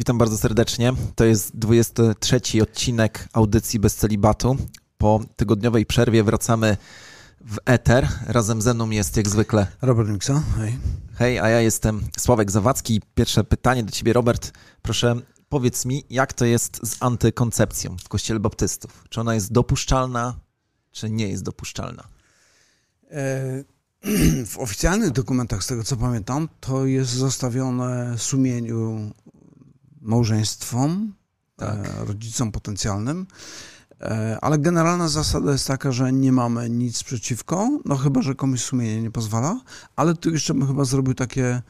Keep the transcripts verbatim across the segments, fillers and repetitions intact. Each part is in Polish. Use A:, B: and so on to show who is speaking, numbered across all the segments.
A: Witam bardzo serdecznie. To jest dwudziesty trzeci odcinek audycji Bez Celibatu. Po tygodniowej przerwie wracamy w eter. Razem ze mną jest jak zwykle
B: Robert Miksa. Hej.
A: Hej, a ja jestem Sławek Zawadzki. Pierwsze pytanie do ciebie, Robert. Proszę, powiedz mi, jak to jest z antykoncepcją w Kościele Baptystów? Czy ona jest dopuszczalna, czy nie jest dopuszczalna?
B: W oficjalnych dokumentach, z tego co pamiętam, to jest zostawione sumieniu małżeństwom, tak. rodzicom potencjalnym, ale generalna zasada jest taka, że nie mamy nic przeciwko, no chyba, że komuś sumienie nie pozwala, ale tu jeszcze bym chyba zrobił takie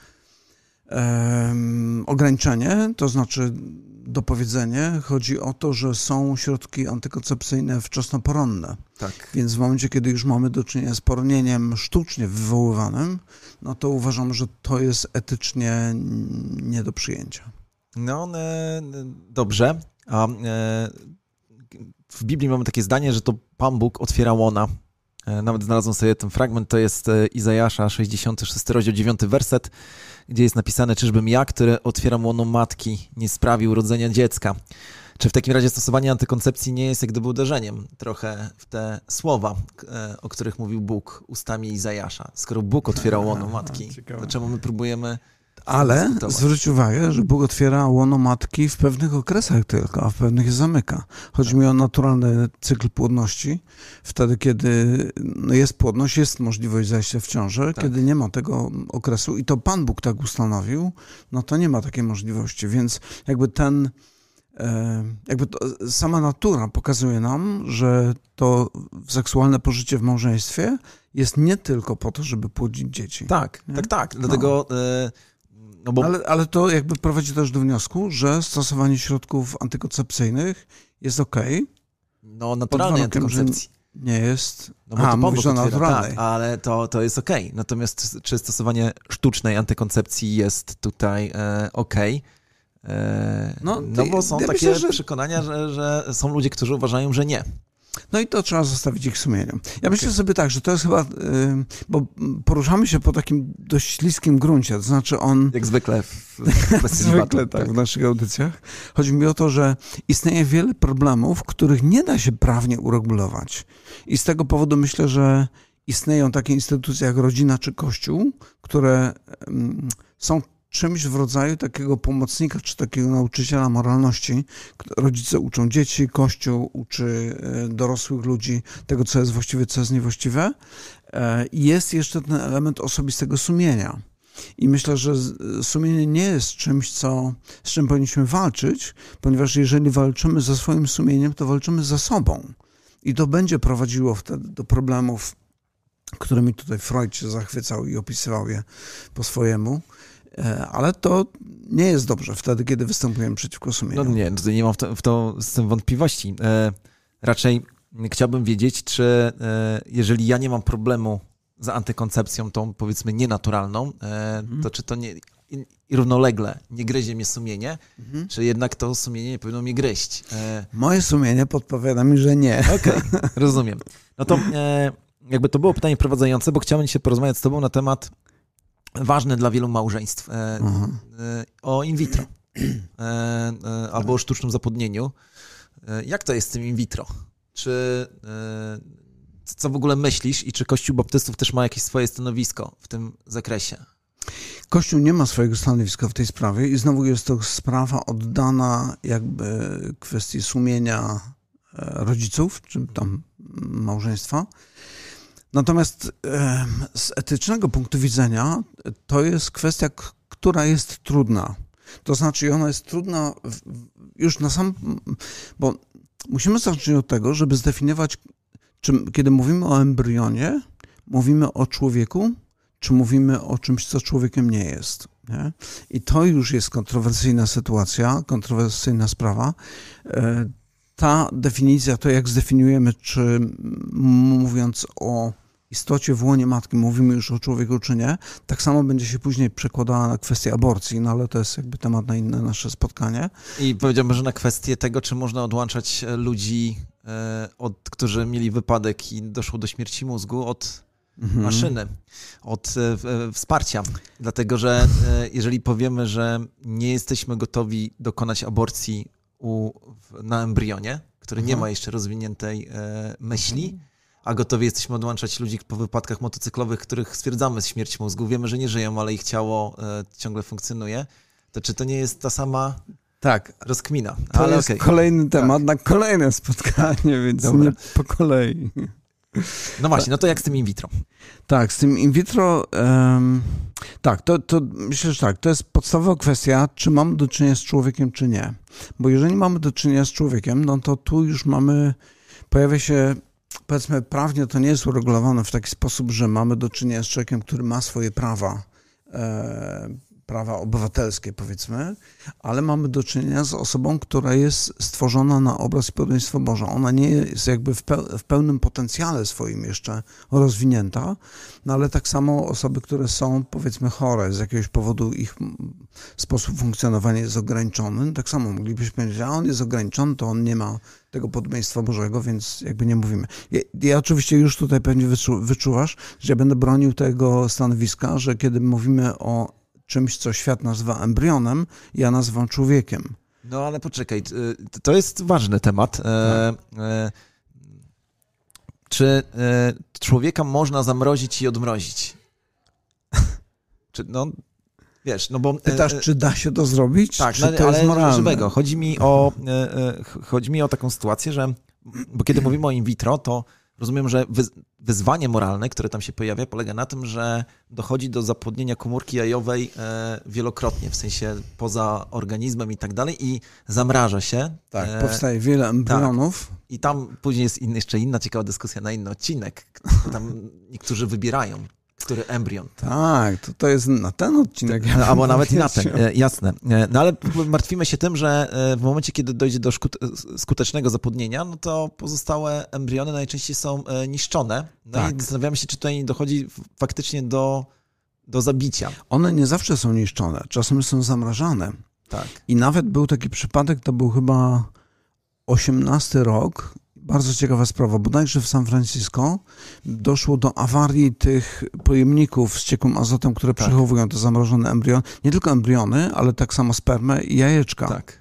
B: um, ograniczenie, to znaczy dopowiedzenie. Chodzi o to, że są środki antykoncepcyjne wczesnoporonne.
A: Tak.
B: Więc w momencie, kiedy już mamy do czynienia z poronieniem sztucznie wywoływanym, no to uważam, że to jest etycznie nie do przyjęcia.
A: No, e, dobrze. A e, w Biblii mamy takie zdanie, że to Pan Bóg otwiera łona. E, nawet znalazłem sobie ten fragment, to jest Izajasza, sześćdziesiąty szósty rozdział, dziewiąty werset, gdzie jest napisane: czyżbym ja, który otwieram łono matki, nie sprawił urodzenia dziecka. Czy w takim razie stosowanie antykoncepcji nie jest jak gdyby uderzeniem trochę w te słowa, o których mówił Bóg ustami Izajasza? Skoro Bóg otwiera łono matki, to czemu my próbujemy...
B: Ale zwróć uwagę, że Bóg otwiera łono matki w pewnych okresach tylko, a w pewnych je zamyka. Chodzi mi o naturalny cykl płodności. Wtedy, kiedy no jest płodność, jest możliwość zajścia w ciążę. Tak. Kiedy nie ma tego okresu i to Pan Bóg tak ustanowił, no to nie ma takiej możliwości. Więc jakby ten, jakby to, sama natura pokazuje nam, że to seksualne pożycie w małżeństwie jest nie tylko po to, żeby płodzić dzieci.
A: Tak, nie? tak, tak. Dlatego... No. Y- No bo...
B: ale, ale to jakby prowadzi też do wniosku, że stosowanie środków antykoncepcyjnych jest okej.
A: No, naturalnej antykoncepcji.
B: Nie jest...
A: No bo
B: A,
A: to
B: mówisz o naturalnej.
A: Tak, ale to, to jest okej. Okay. Natomiast czy stosowanie sztucznej antykoncepcji jest tutaj e, okej? Okay? E, no, no bo są ja takie myślę, że... przekonania, że, że są ludzie, którzy uważają, że nie.
B: No i to trzeba zostawić ich sumieniu. Ja okay. myślę sobie tak, że to jest chyba, bo poruszamy się po takim dość śliskim gruncie, to znaczy on...
A: Jak zwykle w,
B: w zwykle tak, tak, w naszych audycjach. Chodzi mi o to, że istnieje wiele problemów, których nie da się prawnie uregulować. I z tego powodu myślę, że istnieją takie instytucje jak rodzina czy kościół, które um, są czymś w rodzaju takiego pomocnika czy takiego nauczyciela moralności. Rodzice uczą dzieci, Kościół uczy dorosłych ludzi tego, co jest właściwe, co jest niewłaściwe. I jest jeszcze ten element osobistego sumienia. I myślę, że sumienie nie jest czymś, co, z czym powinniśmy walczyć, ponieważ jeżeli walczymy ze swoim sumieniem, to walczymy ze sobą. I to będzie prowadziło wtedy do problemów, którymi tutaj Freud się zachwycał i opisywał je po swojemu. Ale to nie jest dobrze wtedy, kiedy występujemy przeciwko sumieniu.
A: No nie, tutaj nie mam w to, w to z tym wątpliwości. E, raczej chciałbym wiedzieć, czy e, jeżeli ja nie mam problemu z antykoncepcją, tą powiedzmy nienaturalną, e, mhm. to czy to nie, i, i równolegle nie gryzie mnie sumienie, mhm. czy jednak to sumienie nie powinno mnie gryźć? E,
B: Moje sumienie podpowiada mi, że nie.
A: Okej, okay, rozumiem. No to e, jakby to było pytanie wprowadzające, bo chciałem dzisiaj porozmawiać z tobą na temat ważne dla wielu małżeństw, e, e, o in vitro e, e, albo o sztucznym zapłodnieniu. E, jak to jest z tym in vitro? Czy, e, co w ogóle myślisz i czy Kościół Baptystów też ma jakieś swoje stanowisko w tym zakresie?
B: Kościół nie ma swojego stanowiska w tej sprawie i znowu jest to sprawa oddana jakby kwestii sumienia rodziców, czy tam małżeństwa. Natomiast e, z etycznego punktu widzenia to jest kwestia, k- która jest trudna. To znaczy ona jest trudna w, już na sam... Bo musimy zacząć od tego, żeby zdefiniować, czy, kiedy mówimy o embrionie, mówimy o człowieku, czy mówimy o czymś, co człowiekiem nie jest. Nie? I to już jest kontrowersyjna sytuacja, kontrowersyjna sprawa. E, ta definicja, to jak zdefiniujemy, czy mówiąc o istocie w łonie matki mówimy już o człowieku czy nie, tak samo będzie się później przekładała na kwestię aborcji, no ale to jest jakby temat na inne nasze spotkanie.
A: I powiedziałbym, że na kwestię tego, czy można odłączać ludzi, od, którzy mieli wypadek i doszło do śmierci mózgu, od mhm. maszyny, od e, wsparcia. Dlatego, że e, jeżeli powiemy, że nie jesteśmy gotowi dokonać aborcji u, w, na embrionie, który nie ma jeszcze rozwiniętej e, myśli, a gotowi jesteśmy odłączać ludzi po wypadkach motocyklowych, których stwierdzamy śmierć mózgu, wiemy, że nie żyją, ale ich ciało e, ciągle funkcjonuje, to czy to nie jest ta sama
B: tak.
A: rozkmina?
B: To
A: ale
B: jest
A: okay.
B: kolejny temat tak. na kolejne spotkanie, więc Dobra. nie po kolei.
A: No właśnie, no to jak z tym in vitro?
B: Tak, z tym in vitro, um, tak, to, to myślę, że tak, to jest podstawowa kwestia, czy mamy do czynienia z człowiekiem, czy nie. Bo jeżeli mamy do czynienia z człowiekiem, no to tu już mamy, pojawia się, powiedzmy, prawnie to nie jest uregulowane w taki sposób, że mamy do czynienia z człowiekiem, który ma swoje prawa, e, prawa obywatelskie, powiedzmy, ale mamy do czynienia z osobą, która jest stworzona na obraz i podobieństwo Boże. Ona nie jest jakby w, peł- w pełnym potencjale swoim jeszcze rozwinięta, no ale tak samo osoby, które są, powiedzmy, chore, z jakiegoś powodu ich sposób funkcjonowania jest ograniczony, tak samo moglibyśmy powiedzieć, a on jest ograniczony, to on nie ma tego podobieństwa Bożego, więc jakby nie mówimy. Ja, ja oczywiście już tutaj pewnie wyczu- wyczuwasz, że ja będę bronił tego stanowiska, że kiedy mówimy o czymś, co świat nazywa embrionem, ja nazywam człowiekiem.
A: No ale poczekaj, to jest ważny temat. Tak. E, e, czy e, człowieka można zamrozić i odmrozić? czy, no, wiesz, no bo...
B: Pytasz, czy da się to zrobić?
A: Tak,
B: czy
A: no,
B: to
A: ale
B: jest moralne?
A: żywego. Chodzi mi o, e, e, chodzi mi o taką sytuację, że bo kiedy mówimy o in vitro, to rozumiem, że wyzwanie moralne, które tam się pojawia, polega na tym, że dochodzi do zapłodnienia komórki jajowej wielokrotnie, w sensie poza organizmem i tak dalej i zamraża się.
B: Tak, powstaje wiele embrionów.
A: Tak. I tam później jest in, jeszcze inna ciekawa dyskusja na inny odcinek. Tam niektórzy wybierają, który embrion.
B: Tak, to, to jest na ten odcinek.
A: Ja albo nawet i na ten, jasne. No ale martwimy się tym, że w momencie, kiedy dojdzie do skutecznego zapłodnienia, no to pozostałe embriony najczęściej są niszczone. No tak. I zastanawiamy się, czy tutaj dochodzi faktycznie do, do zabicia.
B: One nie zawsze są niszczone, czasem są zamrażane.
A: Tak.
B: I nawet był taki przypadek, to był chyba osiemnasty rok, bardzo ciekawa sprawa, bodajże w San Francisco doszło do awarii tych pojemników z ciekłym azotem, które tak. przechowują te zamrożone embriony. Nie tylko embriony, ale tak samo spermę i jajeczka.
A: Tak.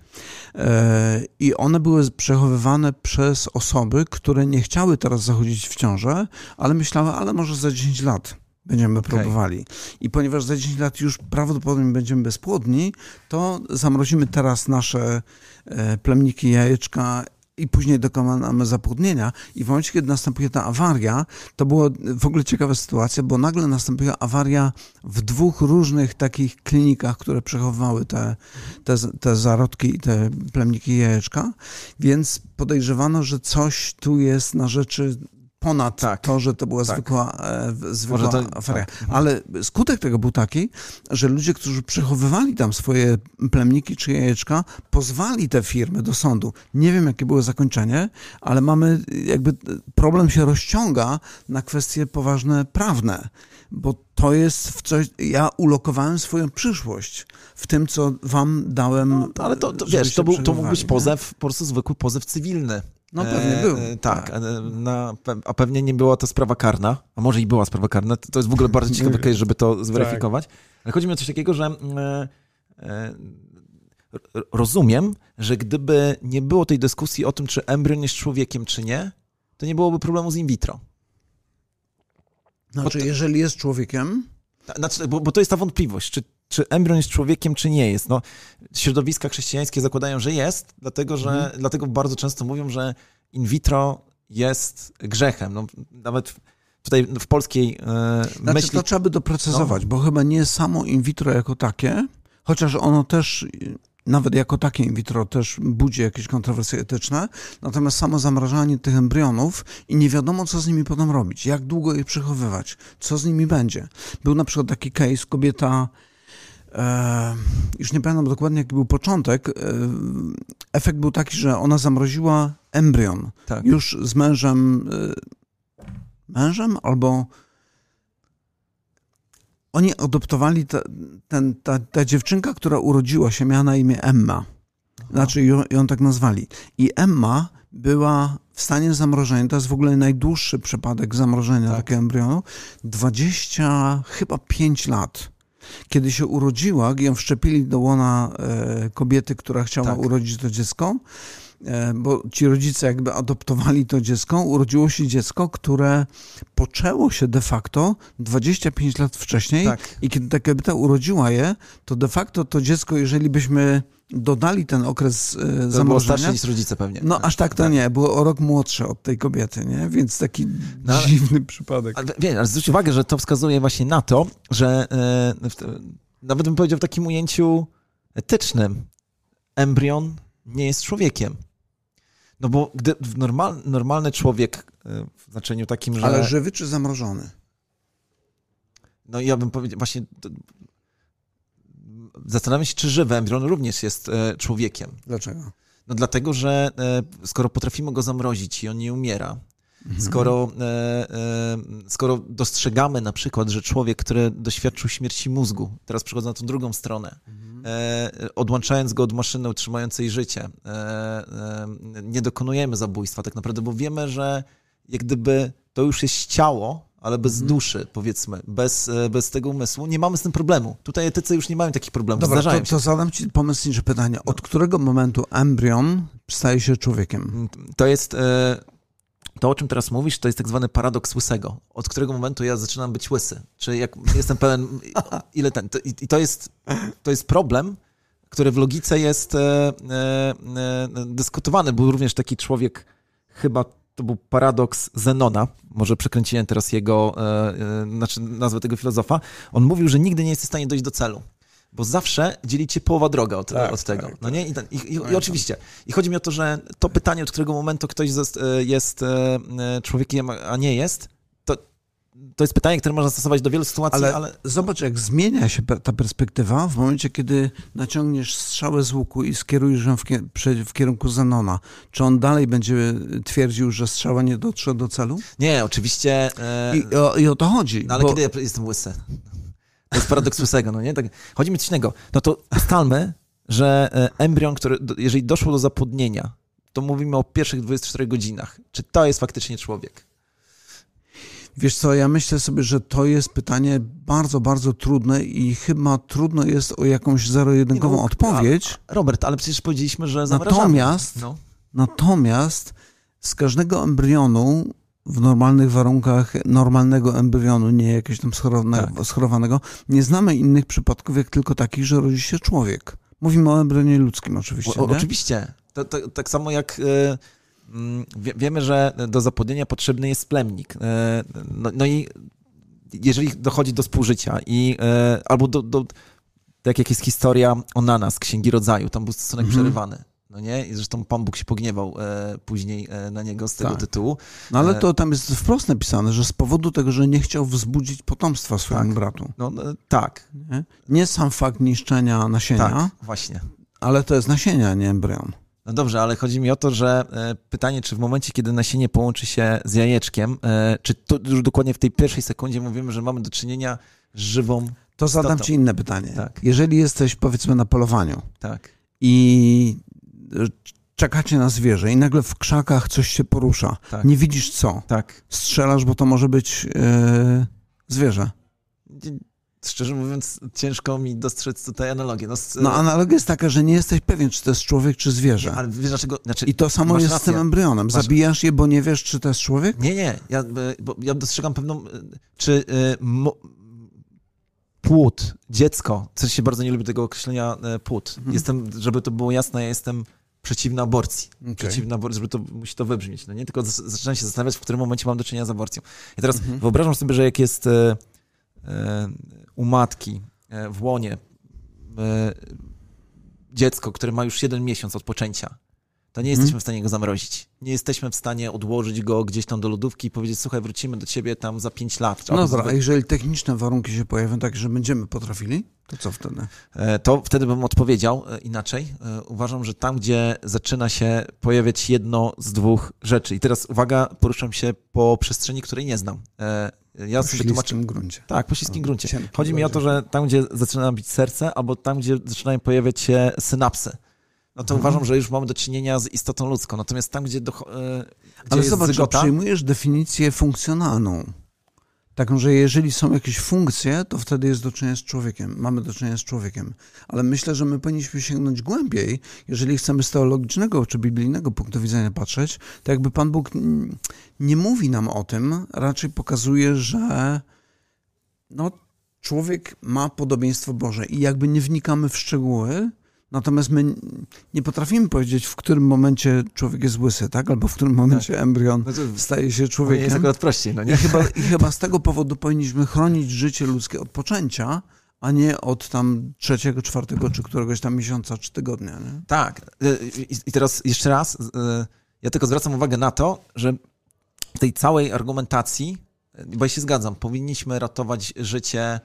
B: E, I one były przechowywane przez osoby, które nie chciały teraz zachodzić w ciążę, ale myślały, ale może za dziesięć lat będziemy okay. próbowali. I ponieważ za dziesięć lat już prawdopodobnie będziemy bezpłodni, to zamrozimy teraz nasze e, plemniki jajeczka i później dokonamy zapłodnienia. I w momencie, kiedy następuje ta awaria, to była w ogóle ciekawa sytuacja, bo nagle nastąpiła awaria w dwóch różnych takich klinikach, które przechowywały te, te, te zarodki i te plemniki jajeczka, więc podejrzewano, że coś tu jest na rzeczy ponad tak. to, że to była tak. zwykła, e, zwykła to, awaria. Tak. Ale skutek tego był taki, że ludzie, którzy przechowywali tam swoje plemniki czy jajeczka, pozwali te firmy do sądu. Nie wiem, jakie było zakończenie, ale mamy jakby problem się rozciąga na kwestie poważne prawne, bo to jest w coś, ja ulokowałem swoją przyszłość w tym, co wam dałem. No,
A: ale to, to wiesz, to, był, to mógł być pozew, po prostu zwykły pozew cywilny.
B: No pewnie był.
A: E, tak, tak. Na, a pewnie nie była to sprawa karna, a może i była sprawa karna, to, to jest w ogóle bardzo ciekawy case, żeby to zweryfikować. Tak. Ale chodzi mi o coś takiego, że e, e, rozumiem, że gdyby nie było tej dyskusji o tym, czy embrion jest człowiekiem, czy nie, to nie byłoby problemu z in vitro.
B: Znaczy, to, jeżeli jest człowiekiem...
A: Znaczy, bo, bo to jest ta wątpliwość, czy, czy embrion jest człowiekiem, czy nie jest. No, środowiska chrześcijańskie zakładają, że jest, dlatego, że, mhm. dlatego bardzo często mówią, że in vitro jest grzechem. No, nawet tutaj w polskiej e,
B: znaczy,
A: myśli...
B: To trzeba by doprecyzować, no. bo chyba nie samo in vitro jako takie, chociaż ono też... Nawet jako takie in vitro też budzi jakieś kontrowersje etyczne, natomiast samo zamrażanie tych embrionów i nie wiadomo, co z nimi potem robić, jak długo je przechowywać, co z nimi będzie. Był na przykład taki case, kobieta, e, już nie pamiętam dokładnie, jaki był początek, e, efekt był taki, że ona zamroziła embrion tak. już z mężem, e, mężem albo... Oni adoptowali, ta, ten, ta, ta dziewczynka, która urodziła się, miała na imię Emma. Znaczy ją, ją tak nazwali. I Emma była w stanie zamrożenia, to jest w ogóle najdłuższy przypadek zamrożenia tak. takiego embrionu, dwadzieścia chyba pięć lat. Kiedy się urodziła, ją wszczepili do łona e, kobiety, która chciała tak. urodzić to dziecko, e, bo ci rodzice jakby adoptowali to dziecko, urodziło się dziecko, które poczęło się de facto dwadzieścia pięć lat wcześniej tak. i kiedy ta kobieta urodziła je, to de facto to dziecko, jeżeli byśmy dodali ten okres e, zamrożenia... To było
A: starsze niż rodzice pewnie.
B: No aż tak to tak. nie, było o rok młodsze od tej kobiety, nie? Więc taki no, ale, dziwny przypadek.
A: Ale, wiem, ale zwróć uwagę, że to wskazuje właśnie na to, że e, w, nawet bym powiedział w takim ujęciu etycznym, embrion nie jest człowiekiem. No bo gdy normal, normalny człowiek e, w znaczeniu takim, że...
B: Ale żywy czy zamrożony?
A: No ja bym powiedział właśnie... To, Zastanawiam się, czy żywy embrion również jest e, człowiekiem.
B: Dlaczego?
A: No dlatego, że e, skoro potrafimy go zamrozić i on nie umiera, mhm. skoro, e, e, skoro dostrzegamy na przykład, że człowiek, który doświadczył śmierci mózgu, teraz przechodzę na tą drugą stronę, mhm. e, odłączając go od maszyny utrzymującej życie, e, e, nie dokonujemy zabójstwa tak naprawdę, bo wiemy, że jak gdyby to już jest ciało, ale bez duszy, powiedzmy, bez, bez tego umysłu, nie mamy z tym problemu. Tutaj etycy już nie mają takich problemów.
B: Dobra,
A: Zdarzają
B: to,
A: się.
B: to zadam ci pomysłnicze pytanie. Od którego momentu embrion staje się człowiekiem?
A: To jest, to o czym teraz mówisz, to jest tak zwany paradoks łysego. Od którego momentu ja zaczynam być łysy. Czy jak jestem pewien, ile ten... To, I to jest, to jest problem, który w logice jest dyskutowany. Był również taki człowiek, chyba to był paradoks Zenona, może przekręciłem teraz jego, e, e, znaczy nazwę tego filozofa. On mówił, że nigdy nie jesteś w stanie dojść do celu, bo zawsze dzieli cię połowa droga od, tak, od tego. Tak, no nie? I, ten, i, i, i oczywiście. I chodzi mi o to, że to pytanie, od którego momentu ktoś jest, jest e, człowiekiem, a nie jest, to, to jest pytanie, które można stosować do wielu sytuacji, ale... ale...
B: Zobacz, jak zmienia się ta perspektywa w momencie, kiedy naciągniesz strzałę z łuku i skierujesz ją w, w kierunku Zenona. Czy on dalej będzie twierdził, że strzała nie dotrze do celu?
A: Nie, oczywiście.
B: E... I, o, I o to chodzi.
A: No ale
B: bo...
A: kiedy ja jestem łysy? To jest paradoks łysego, no nie? Tak, chodzi mi o coś innego. No to ustalmy, że embrion, który, jeżeli doszło do zapłodnienia, to mówimy o pierwszych dwudziestu czterech godzinach. Czy to jest faktycznie człowiek?
B: Wiesz co, ja myślę sobie, że to jest pytanie bardzo, bardzo trudne i chyba trudno jest o jakąś zero-jedynkową no, odpowiedź.
A: A, Robert, ale przecież powiedzieliśmy, że zamrażamy.
B: Natomiast, no. natomiast z każdego embrionu w normalnych warunkach, normalnego embrionu, nie jakiegoś tam schorowanego, tak. schorowanego, nie znamy innych przypadków, jak tylko takich, że rodzi się człowiek. Mówimy o embrionie ludzkim oczywiście. O,
A: oczywiście. To, to, tak samo jak... Yy... Wie, wiemy, że do zapłodnienia potrzebny jest plemnik. No, no i jeżeli dochodzi do współżycia i albo do, do tak jak jest historia Onana z Księgi Rodzaju, tam był stosunek mm-hmm. przerywany. No nie? I zresztą Pan Bóg się pogniewał e, później e, na niego z tego tak. tytułu.
B: No ale to tam jest wprost napisane, że z powodu tego, że nie chciał wzbudzić potomstwa swojemu
A: tak.
B: bratu.
A: No, no tak.
B: Nie? nie sam fakt niszczenia nasienia,
A: tak, właśnie.
B: Ale to jest nasienia, nie embrion.
A: No dobrze, ale chodzi mi o to, że e, pytanie, czy w momencie, kiedy nasienie połączy się z jajeczkiem, e, czy to już dokładnie w tej pierwszej sekundzie mówimy, że mamy do czynienia z żywą
B: To
A: istotą.
B: Zadam ci inne pytanie.
A: Tak.
B: Jeżeli jesteś, powiedzmy, na polowaniu
A: tak.
B: i czekacie na zwierzę i nagle w krzakach coś się porusza,
A: tak.
B: nie widzisz co,
A: tak.
B: strzelasz, bo to może być e, zwierzę.
A: Szczerze mówiąc, ciężko mi dostrzec tutaj analogię. No, z...
B: no analogia jest taka, że nie jesteś pewien, czy to jest człowiek, czy zwierzę.
A: Nie, ale wiesz dlaczego? Znaczy,
B: I to samo jest rację. z tym embrionem. Masz... Zabijasz je, bo nie wiesz, czy to jest człowiek?
A: Nie, nie. Ja, bo ja dostrzegam pewną... Czy mo... płód, dziecko, coś się bardzo nie lubi tego określenia płód. Mhm. Jestem, żeby to było jasne, ja jestem przeciwny aborcji. Okay. Przeciwny aborcji, żeby to musi to wybrzmieć. No nie? Tylko z, zaczynam się zastanawiać, w którym momencie mam do czynienia z aborcją. I teraz mhm. wyobrażam sobie, że jak jest... E, e, u matki w łonie dziecko, które ma już jeden miesiąc od poczęcia, to nie jesteśmy hmm. w stanie go zamrozić. Nie jesteśmy w stanie odłożyć go gdzieś tam do lodówki i powiedzieć, słuchaj, wrócimy do ciebie tam za pięć lat.
B: No dobra, a jeżeli techniczne warunki się pojawią tak, że będziemy potrafili, to co wtedy?
A: To wtedy bym odpowiedział inaczej. Uważam, że tam, gdzie zaczyna się pojawiać jedno z dwóch rzeczy. I teraz uwaga, poruszam się po przestrzeni, której nie znam.
B: Ja po sobie tłumaczę. gruncie.
A: Tak, po śliskim gruncie. Chodzi mi o to, że tam, gdzie zaczyna bić serce, albo tam, gdzie zaczynają pojawiać się synapsy. no to mhm. uważam, że już mamy do czynienia z istotą ludzką. Natomiast tam, gdzie, do, gdzie
B: Ale
A: jest
B: zobacz,
A: zygota...
B: przyjmujesz definicję funkcjonalną. Taką, że jeżeli są jakieś funkcje, to wtedy jest do czynienia z człowiekiem. Mamy do czynienia z człowiekiem. Ale myślę, że my powinniśmy sięgnąć głębiej, jeżeli chcemy z teologicznego czy biblijnego punktu widzenia patrzeć, to jakby Pan Bóg nie mówi nam o tym, raczej pokazuje, że no, człowiek ma podobieństwo Boże i jakby nie wnikamy w szczegóły, natomiast my nie potrafimy powiedzieć, w którym momencie człowiek jest łysy, tak? Albo w którym momencie tak. embrion no staje się człowiekiem.
A: Jest akurat prościej, no nie?
B: I chyba, I chyba z tego powodu powinniśmy chronić życie ludzkie od poczęcia, a nie od tam trzeciego, czwartego, czy któregoś tam miesiąca, czy tygodnia. Nie?
A: Tak. I, I teraz jeszcze raz, ja tylko zwracam uwagę na to, że w tej całej argumentacji, bo ja się zgadzam, powinniśmy ratować życie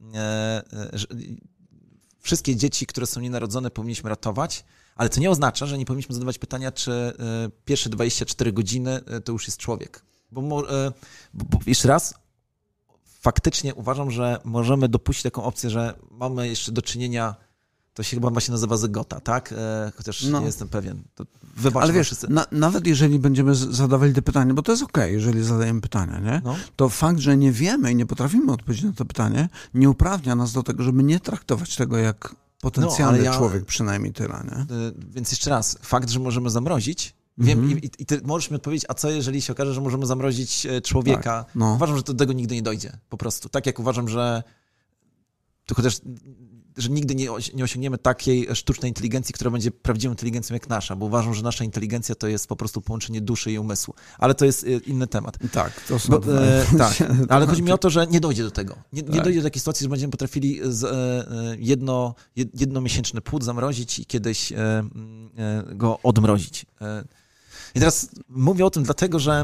A: wszystkie dzieci, które są nienarodzone, powinniśmy ratować, ale to nie oznacza, że nie powinniśmy zadawać pytania, czy y, pierwsze dwadzieścia cztery godziny y, to już jest człowiek. Bo, y, bo, bo jeszcze raz, faktycznie uważam, że możemy dopuścić taką opcję, że mamy jeszcze do czynienia, to się chyba właśnie nazywa zygota, tak? Y, chociaż no. nie jestem pewien. To
B: ale wiesz, na, nawet jeżeli będziemy zadawali te pytania, bo to jest okej, okay, jeżeli zadajemy pytania, nie? No. To fakt, że nie wiemy i nie potrafimy odpowiedzieć na to pytanie, nie uprawnia nas do tego, żeby nie traktować tego jak potencjalny no, ja, człowiek, przynajmniej tyle, nie?
A: Więc jeszcze raz, fakt, że możemy zamrozić, wiem, mm-hmm. i, i ty możesz mi odpowiedzieć, a co jeżeli się okaże, że możemy zamrozić człowieka? Tak, no. Uważam, że do tego nigdy nie dojdzie, po prostu. Tak jak uważam, że to chociaż że nigdy nie, nie osiągniemy takiej sztucznej inteligencji, która będzie prawdziwą inteligencją jak nasza, bo uważam, że nasza inteligencja to jest po prostu połączenie duszy i umysłu. Ale to jest inny temat.
B: Tak, to są...
A: Bo, e, tak. Ale chodzi mi o to, że nie dojdzie do tego. Nie, nie tak. dojdzie do takiej sytuacji, że będziemy potrafili z, e, jedno, jednomiesięczny płód zamrozić i kiedyś e, e, go odmrozić. E, I teraz mówię o tym dlatego, że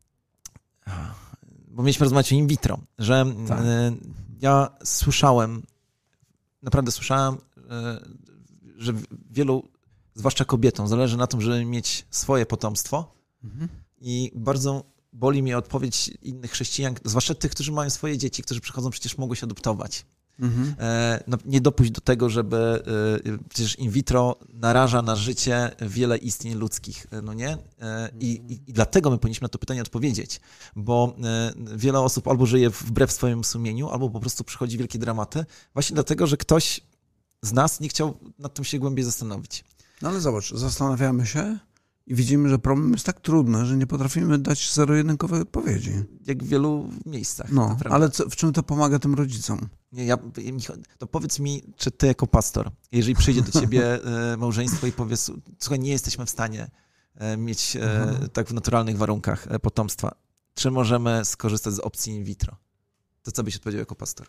A: bo mieliśmy rozmawiać o in vitro, że tak. e, ja słyszałem Naprawdę słyszałem, że wielu, zwłaszcza kobietom, zależy na tym, żeby mieć swoje potomstwo mhm. i bardzo boli mnie odpowiedź innych chrześcijan, zwłaszcza tych, którzy mają swoje dzieci, którzy przychodzą, przecież mogą się adoptować. Mhm. No, nie dopuść do tego, żeby przecież in vitro naraża na życie wiele istnień ludzkich, no nie? I, i, i dlatego my powinniśmy na to pytanie odpowiedzieć, bo wiele osób albo żyje wbrew swojemu sumieniu, albo po prostu przychodzi wielkie dramaty, właśnie dlatego, że ktoś z nas nie chciał nad tym się głębiej zastanowić.
B: No ale zobacz, zastanawiamy się i widzimy, że problem jest tak trudny, że nie potrafimy dać zero-jedynkowej odpowiedzi.
A: Jak w wielu miejscach.
B: No, ale co, w czym to pomaga tym rodzicom? Nie, ja,
A: to powiedz mi, czy ty jako pastor, jeżeli przyjdzie do ciebie małżeństwo i powie, słuchaj, nie jesteśmy w stanie mieć mhm. tak w naturalnych warunkach potomstwa, czy możemy skorzystać z opcji in vitro? To co byś odpowiedział jako pastor?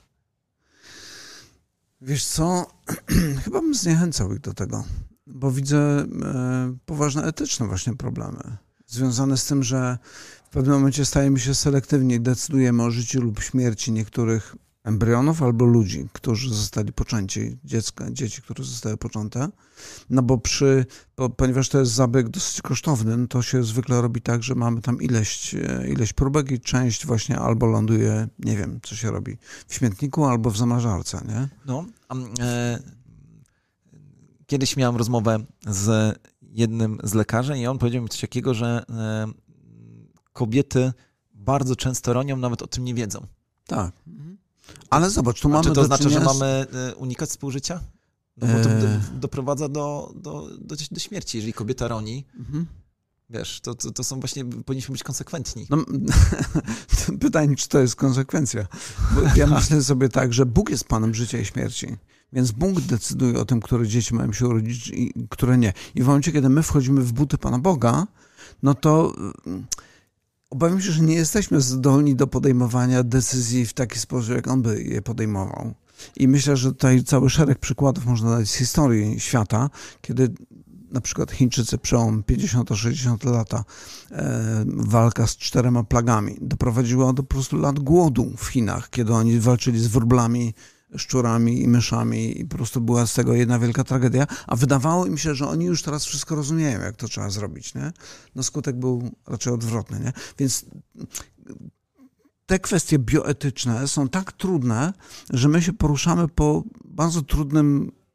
B: Wiesz co, chyba bym zniechęcał ich do tego, bo widzę e, poważne etyczne właśnie problemy związane z tym, że w pewnym momencie stajemy się selektywni, decydujemy o życiu lub śmierci niektórych embrionów albo ludzi, którzy zostali poczęci, dziecka, dzieci, które zostały poczęte, no bo przy, bo, ponieważ to jest zabieg dosyć kosztowny, no to się zwykle robi tak, że mamy tam ileś, ileś próbek i część właśnie albo ląduje, nie wiem, co się robi, w śmietniku albo w zamrażarce, nie?
A: No, e, kiedyś miałem rozmowę z jednym z lekarzy i on powiedział mi coś takiego, że e, kobiety bardzo często ronią, nawet o tym nie wiedzą.
B: Tak. Ale zobacz, tu mamy... A
A: czy to
B: do
A: oznacza,
B: czynienia...
A: że mamy unikać współżycia? No bo to doprowadza do, do, do, do śmierci, jeżeli kobieta roni. Mhm. Wiesz, to, to, to są właśnie, powinniśmy być konsekwentni. No,
B: pytanie, czy to jest konsekwencja. Bo ja myślę sobie tak, że Bóg jest Panem życia i śmierci. Więc Bóg decyduje o tym, które dzieci mają się urodzić i które nie. I w momencie, kiedy my wchodzimy w buty Pana Boga, no to... Obawiam się, że nie jesteśmy zdolni do podejmowania decyzji w taki sposób, jak on by je podejmował. I myślę, że tutaj cały szereg przykładów można dać z historii świata, kiedy na przykład Chińczycy przełom pięćdziesiąte sześćdziesiąte lata, e, walka z czterema plagami doprowadziła do po prostu lat głodu w Chinach, kiedy oni walczyli z wróblami, szczurami i myszami i po prostu była z tego jedna wielka tragedia, a wydawało im się, że oni już teraz wszystko rozumieją, jak to trzeba zrobić, nie? No skutek był raczej odwrotny, nie? Więc te kwestie bioetyczne są tak trudne, że my się poruszamy po bardzo trudnym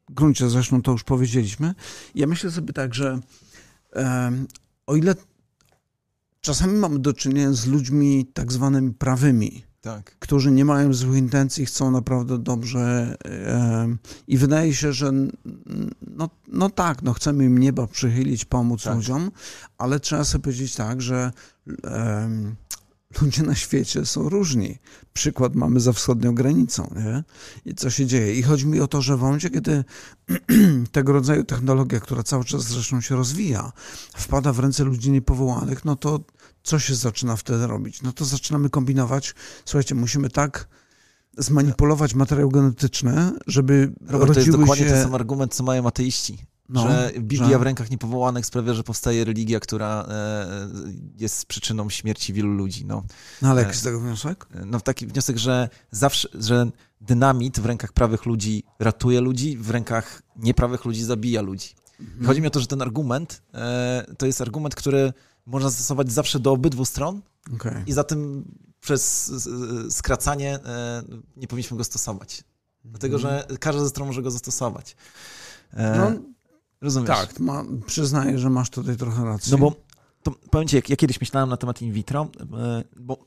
B: gruncie zresztą to już powiedzieliśmy. Ja myślę sobie tak, że um, o ile czasami mamy do czynienia z ludźmi tak zwanymi prawymi,
A: tak.
B: którzy nie mają złych intencji, chcą naprawdę dobrze e, i wydaje się, że no, no tak, no chcemy im nieba przychylić, pomóc tak. ludziom, ale trzeba sobie powiedzieć tak, że e, ludzie na świecie są różni. Przykład mamy za wschodnią granicą, nie? I co się dzieje? I chodzi mi o to, że w momencie, kiedy tego rodzaju technologia, która cały czas zresztą się rozwija, wpada w ręce ludzi niepowołanych, no to co się zaczyna wtedy robić? No to zaczynamy kombinować, słuchajcie, musimy tak zmanipulować materiał genetyczny, żeby
A: Robert, to jest dokładnie
B: się...
A: ten sam argument, co mają ateiści. No, że Biblia że... w rękach niepowołanych sprawia, że powstaje religia, która e, jest przyczyną śmierci wielu ludzi. No,
B: no ale jaki jest tego wniosek?
A: No taki wniosek, że zawsze, że dynamit w rękach prawych ludzi ratuje ludzi, w rękach nieprawych ludzi zabija ludzi. Mhm. Chodzi mi o to, że ten argument e, to jest argument, który można zastosować zawsze do obydwu stron okay. i zatem przez skracanie e, nie powinniśmy go stosować. Dlatego, mhm. że każda ze stron może go zastosować. E,
B: no,
A: rozumiesz?
B: Tak, ma, przyznaję, że masz tutaj trochę racji.
A: No bo to, powiem ci, jak ja kiedyś myślałem na temat in vitro, e, bo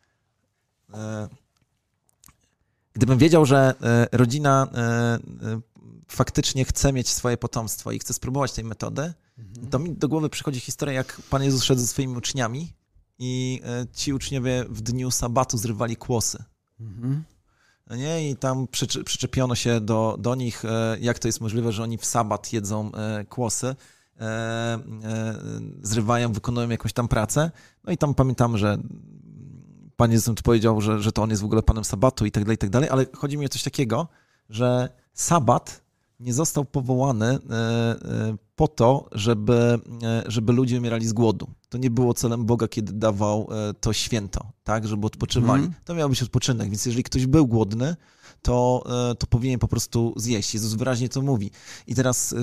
A: e, gdybym wiedział, że e, rodzina e, e, faktycznie chce mieć swoje potomstwo i chce spróbować tej metody, mhm. to mi do głowy przychodzi historia, jak Pan Jezus szedł ze swoimi uczniami i e, ci uczniowie w dniu sabatu zrywali kłosy. Mhm. No nie? I tam przycz- przyczepiono się do, do nich, e, jak to jest możliwe, że oni w sabat jedzą e, kłosy, e, e, zrywają, wykonują jakąś tam pracę. No i tam pamiętam, że Pan Jezus tu powiedział, że, że to on jest w ogóle Panem sabatu i tak dalej, i tak dalej, ale chodzi mi o coś takiego, że sabat nie został powołany po to, żeby, żeby ludzie umierali z głodu. To nie było celem Boga, kiedy dawał to święto, tak, żeby odpoczywali. Mm. To miał być odpoczynek, więc jeżeli ktoś był głodny, to, to powinien po prostu zjeść. Jezus wyraźnie to mówi. I teraz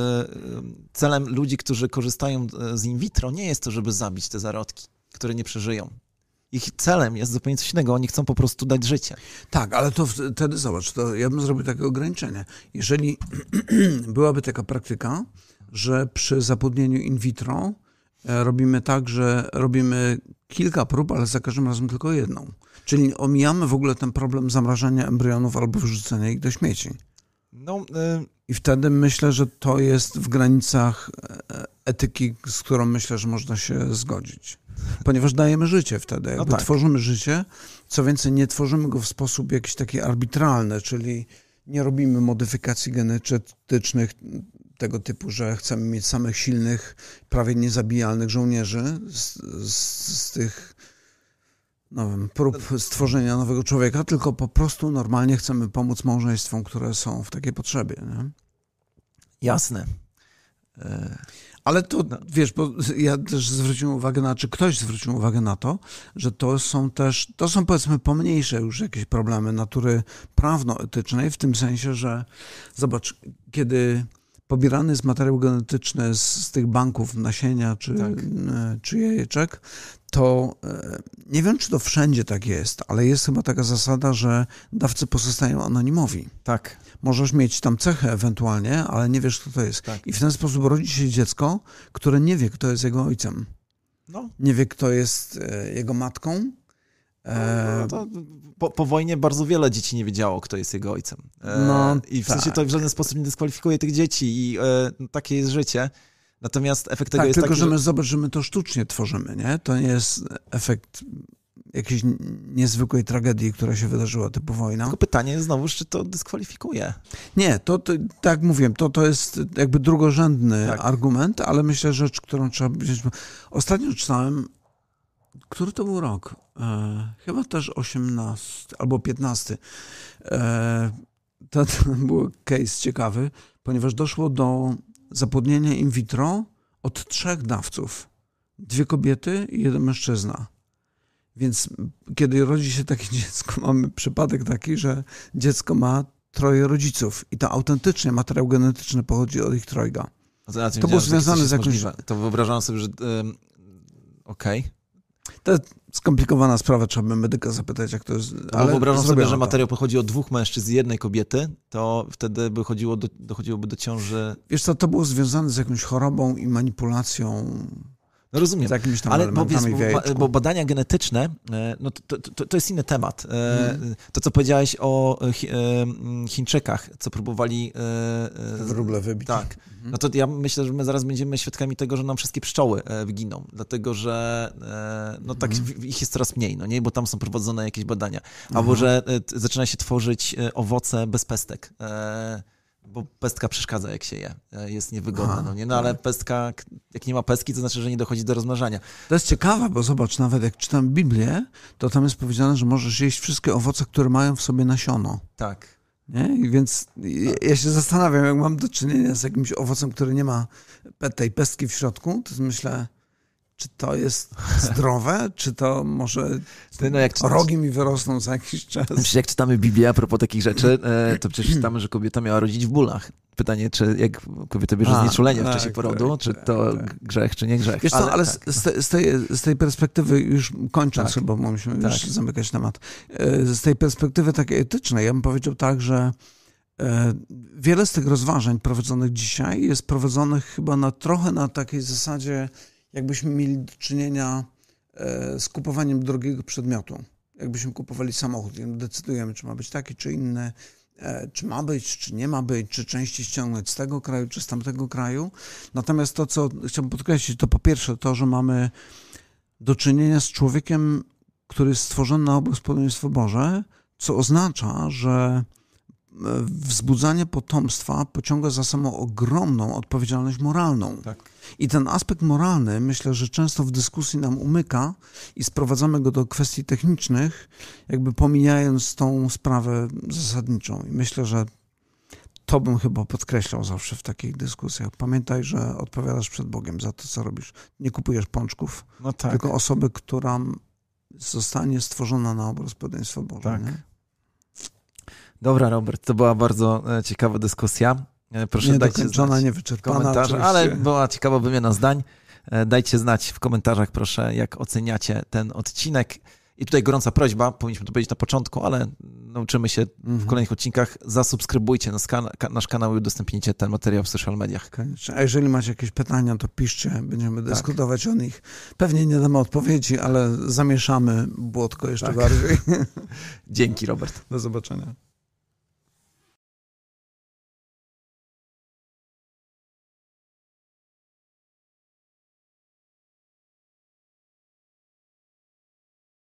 A: celem ludzi, którzy korzystają z in vitro, nie jest to, żeby zabić te zarodki, które nie przeżyją. Ich celem jest zupełnie coś innego. Oni chcą po prostu dać życie.
B: Tak, ale to wtedy zobacz, to ja bym zrobił takie ograniczenie. Jeżeli byłaby taka praktyka, że przy zapłodnieniu in vitro robimy tak, że robimy kilka prób, ale za każdym razem tylko jedną. Czyli omijamy w ogóle ten problem zamrażania embrionów albo wyrzucenia ich do śmieci. No, y- I wtedy myślę, że to jest w granicach etyki, z którą myślę, że można się zgodzić. Ponieważ dajemy życie wtedy, jakby no tak. tworzymy życie, co więcej nie tworzymy go w sposób jakiś taki arbitralny, czyli nie robimy modyfikacji genetycznych tego typu, że chcemy mieć samych silnych, prawie niezabijalnych żołnierzy z, z, z tych no wiem, prób stworzenia nowego człowieka, tylko po prostu normalnie chcemy pomóc małżeństwom, które są w takiej potrzebie. Nie?
A: Jasne.
B: Ale to, no. wiesz, bo ja też zwróciłem uwagę na, czy ktoś zwrócił uwagę na to, że to są też, to są powiedzmy pomniejsze już jakieś problemy natury prawno-etycznej, w tym sensie, że zobacz, kiedy pobierany jest materiał genetyczny z, z tych banków nasienia czy, tak. czy jajeczek, to nie wiem, czy to wszędzie tak jest, ale jest chyba taka zasada, że dawcy pozostają anonimowi.
A: Tak.
B: Możesz mieć tam cechę ewentualnie, ale nie wiesz, kto to jest. Tak. I w ten sposób rodzi się dziecko, które nie wie, kto jest jego ojcem. No. Nie wie, kto jest jego matką.
A: No, to po, po wojnie bardzo wiele dzieci nie wiedziało, kto jest jego ojcem. No, I w tak. sensie to w żaden sposób nie dyskwalifikuje tych dzieci i e, takie jest życie. Natomiast efekt tego
B: tak,
A: jest
B: tylko,
A: taki,
B: że my zobacz, że my to sztucznie tworzymy, nie? To nie jest efekt jakiejś niezwykłej tragedii, która się wydarzyła, typu wojna.
A: Tylko pytanie jest znowu, czy to dyskwalifikuje?
B: Nie, to, to tak jak mówiłem, to, to jest jakby drugorzędny tak. argument, ale myślę, że rzecz, którą trzeba wziąć. Ostatnio czytałem, który to był rok? E, chyba też osiemnasty albo piętnasty. E, to, to był case ciekawy, ponieważ doszło do zapłodnienia in vitro od trzech dawców. Dwie kobiety i jeden mężczyzna. Więc kiedy rodzi się takie dziecko, mamy przypadek taki, że dziecko ma troje rodziców i to autentycznie materiał genetyczny pochodzi od ich trojga.
A: To,
B: to było związane z jakimś...
A: To wyobrażam sobie, że um, okej. Okay.
B: To jest skomplikowana sprawa, trzeba by medyka zapytać, jak to jest.
A: No, ale wyobrażam sobie, że materiał pochodzi od dwóch mężczyzn i jednej kobiety, to wtedy by chodziło do, dochodziłoby do ciąży...
B: Wiesz co, to było związane z jakąś chorobą i manipulacją...
A: No rozumiem,
B: z jakimiś tam
A: ale bo,
B: elementami
A: bo, bo badania genetyczne, no to, to, to jest inny temat.
B: Mm.
A: To, co powiedziałeś o Chińczykach, co próbowali...
B: Wróble wybić.
A: Tak. No to ja myślę, że my zaraz będziemy świadkami tego, że nam wszystkie pszczoły wyginą, dlatego że no tak mm. ich jest coraz mniej, no nie, bo tam są prowadzone jakieś badania. Albo, mm. że zaczyna się tworzyć owoce bez pestek. Bo pestka przeszkadza, jak się je. Jest niewygodna, Aha, no nie? No ale tak. pestka, jak nie ma pestki, to znaczy, że nie dochodzi do rozmnażania.
B: To jest ciekawe, bo zobacz, nawet jak czytam Biblię, to tam jest powiedziane, że możesz jeść wszystkie owoce, które mają w sobie nasiono.
A: Tak.
B: Nie? I więc ja się zastanawiam, jak mam do czynienia z jakimś owocem, który nie ma tej pestki w środku, to myślę, czy to jest zdrowe, czy to może no jak czytać, rogi mi wyrosną za jakiś czas.
A: Przecież jak czytamy Biblię a propos takich rzeczy, to przecież czytamy, że kobieta miała rodzić w bólach. Pytanie, czy jak kobieta bierze znieczulenie w czasie tak, porodu, tak, czy to tak. grzech, czy nie grzech.
B: Wiesz co, ale, ale tak. z, z, tej, z tej perspektywy, już kończąc tak. chyba, bo musimy tak. już zamykać temat, z tej perspektywy takiej etycznej, ja bym powiedział tak, że wiele z tych rozważań prowadzonych dzisiaj jest prowadzonych chyba na trochę na takiej zasadzie, jakbyśmy mieli do czynienia z kupowaniem drogiego przedmiotu. Jakbyśmy kupowali samochód, decydujemy, czy ma być taki, czy inny, czy ma być, czy nie ma być, czy części ściągnąć z tego kraju, czy z tamtego kraju. Natomiast to, co chciałbym podkreślić, to po pierwsze to, że mamy do czynienia z człowiekiem, który jest stworzony na obraz podobieństwa Boże, co oznacza, że wzbudzanie potomstwa pociąga za sobą ogromną odpowiedzialność moralną. Tak. I ten aspekt moralny, myślę, że często w dyskusji nam umyka i sprowadzamy go do kwestii technicznych, jakby pomijając tą sprawę zasadniczą. I myślę, że to bym chyba podkreślał zawsze w takich dyskusjach. Pamiętaj, że odpowiadasz przed Bogiem za to, co robisz. Nie kupujesz pączków, no tak. tylko osoby, która zostanie stworzona na obraz podobieństwa Boże. Tak. Nie?
A: Dobra, Robert, to była bardzo ciekawa dyskusja. Proszę
B: nie
A: dajcie znać
B: niewyczerpana,
A: komentarze,
B: oczywiście.
A: ale była ciekawa wymiana zdań. Dajcie znać w komentarzach, proszę, jak oceniacie ten odcinek. I tutaj gorąca prośba, powinniśmy to powiedzieć na początku, ale nauczymy się w mm-hmm. kolejnych odcinkach. Zasubskrybujcie nasz, kan- nasz kanał i udostępnijcie ten materiał w social mediach.
B: Koniecznie. A jeżeli macie jakieś pytania, to piszcie, będziemy tak. dyskutować o nich. Pewnie nie damy odpowiedzi, ale zamieszamy błotko jeszcze tak. bardziej.
A: Dzięki, Robert.
B: Do zobaczenia.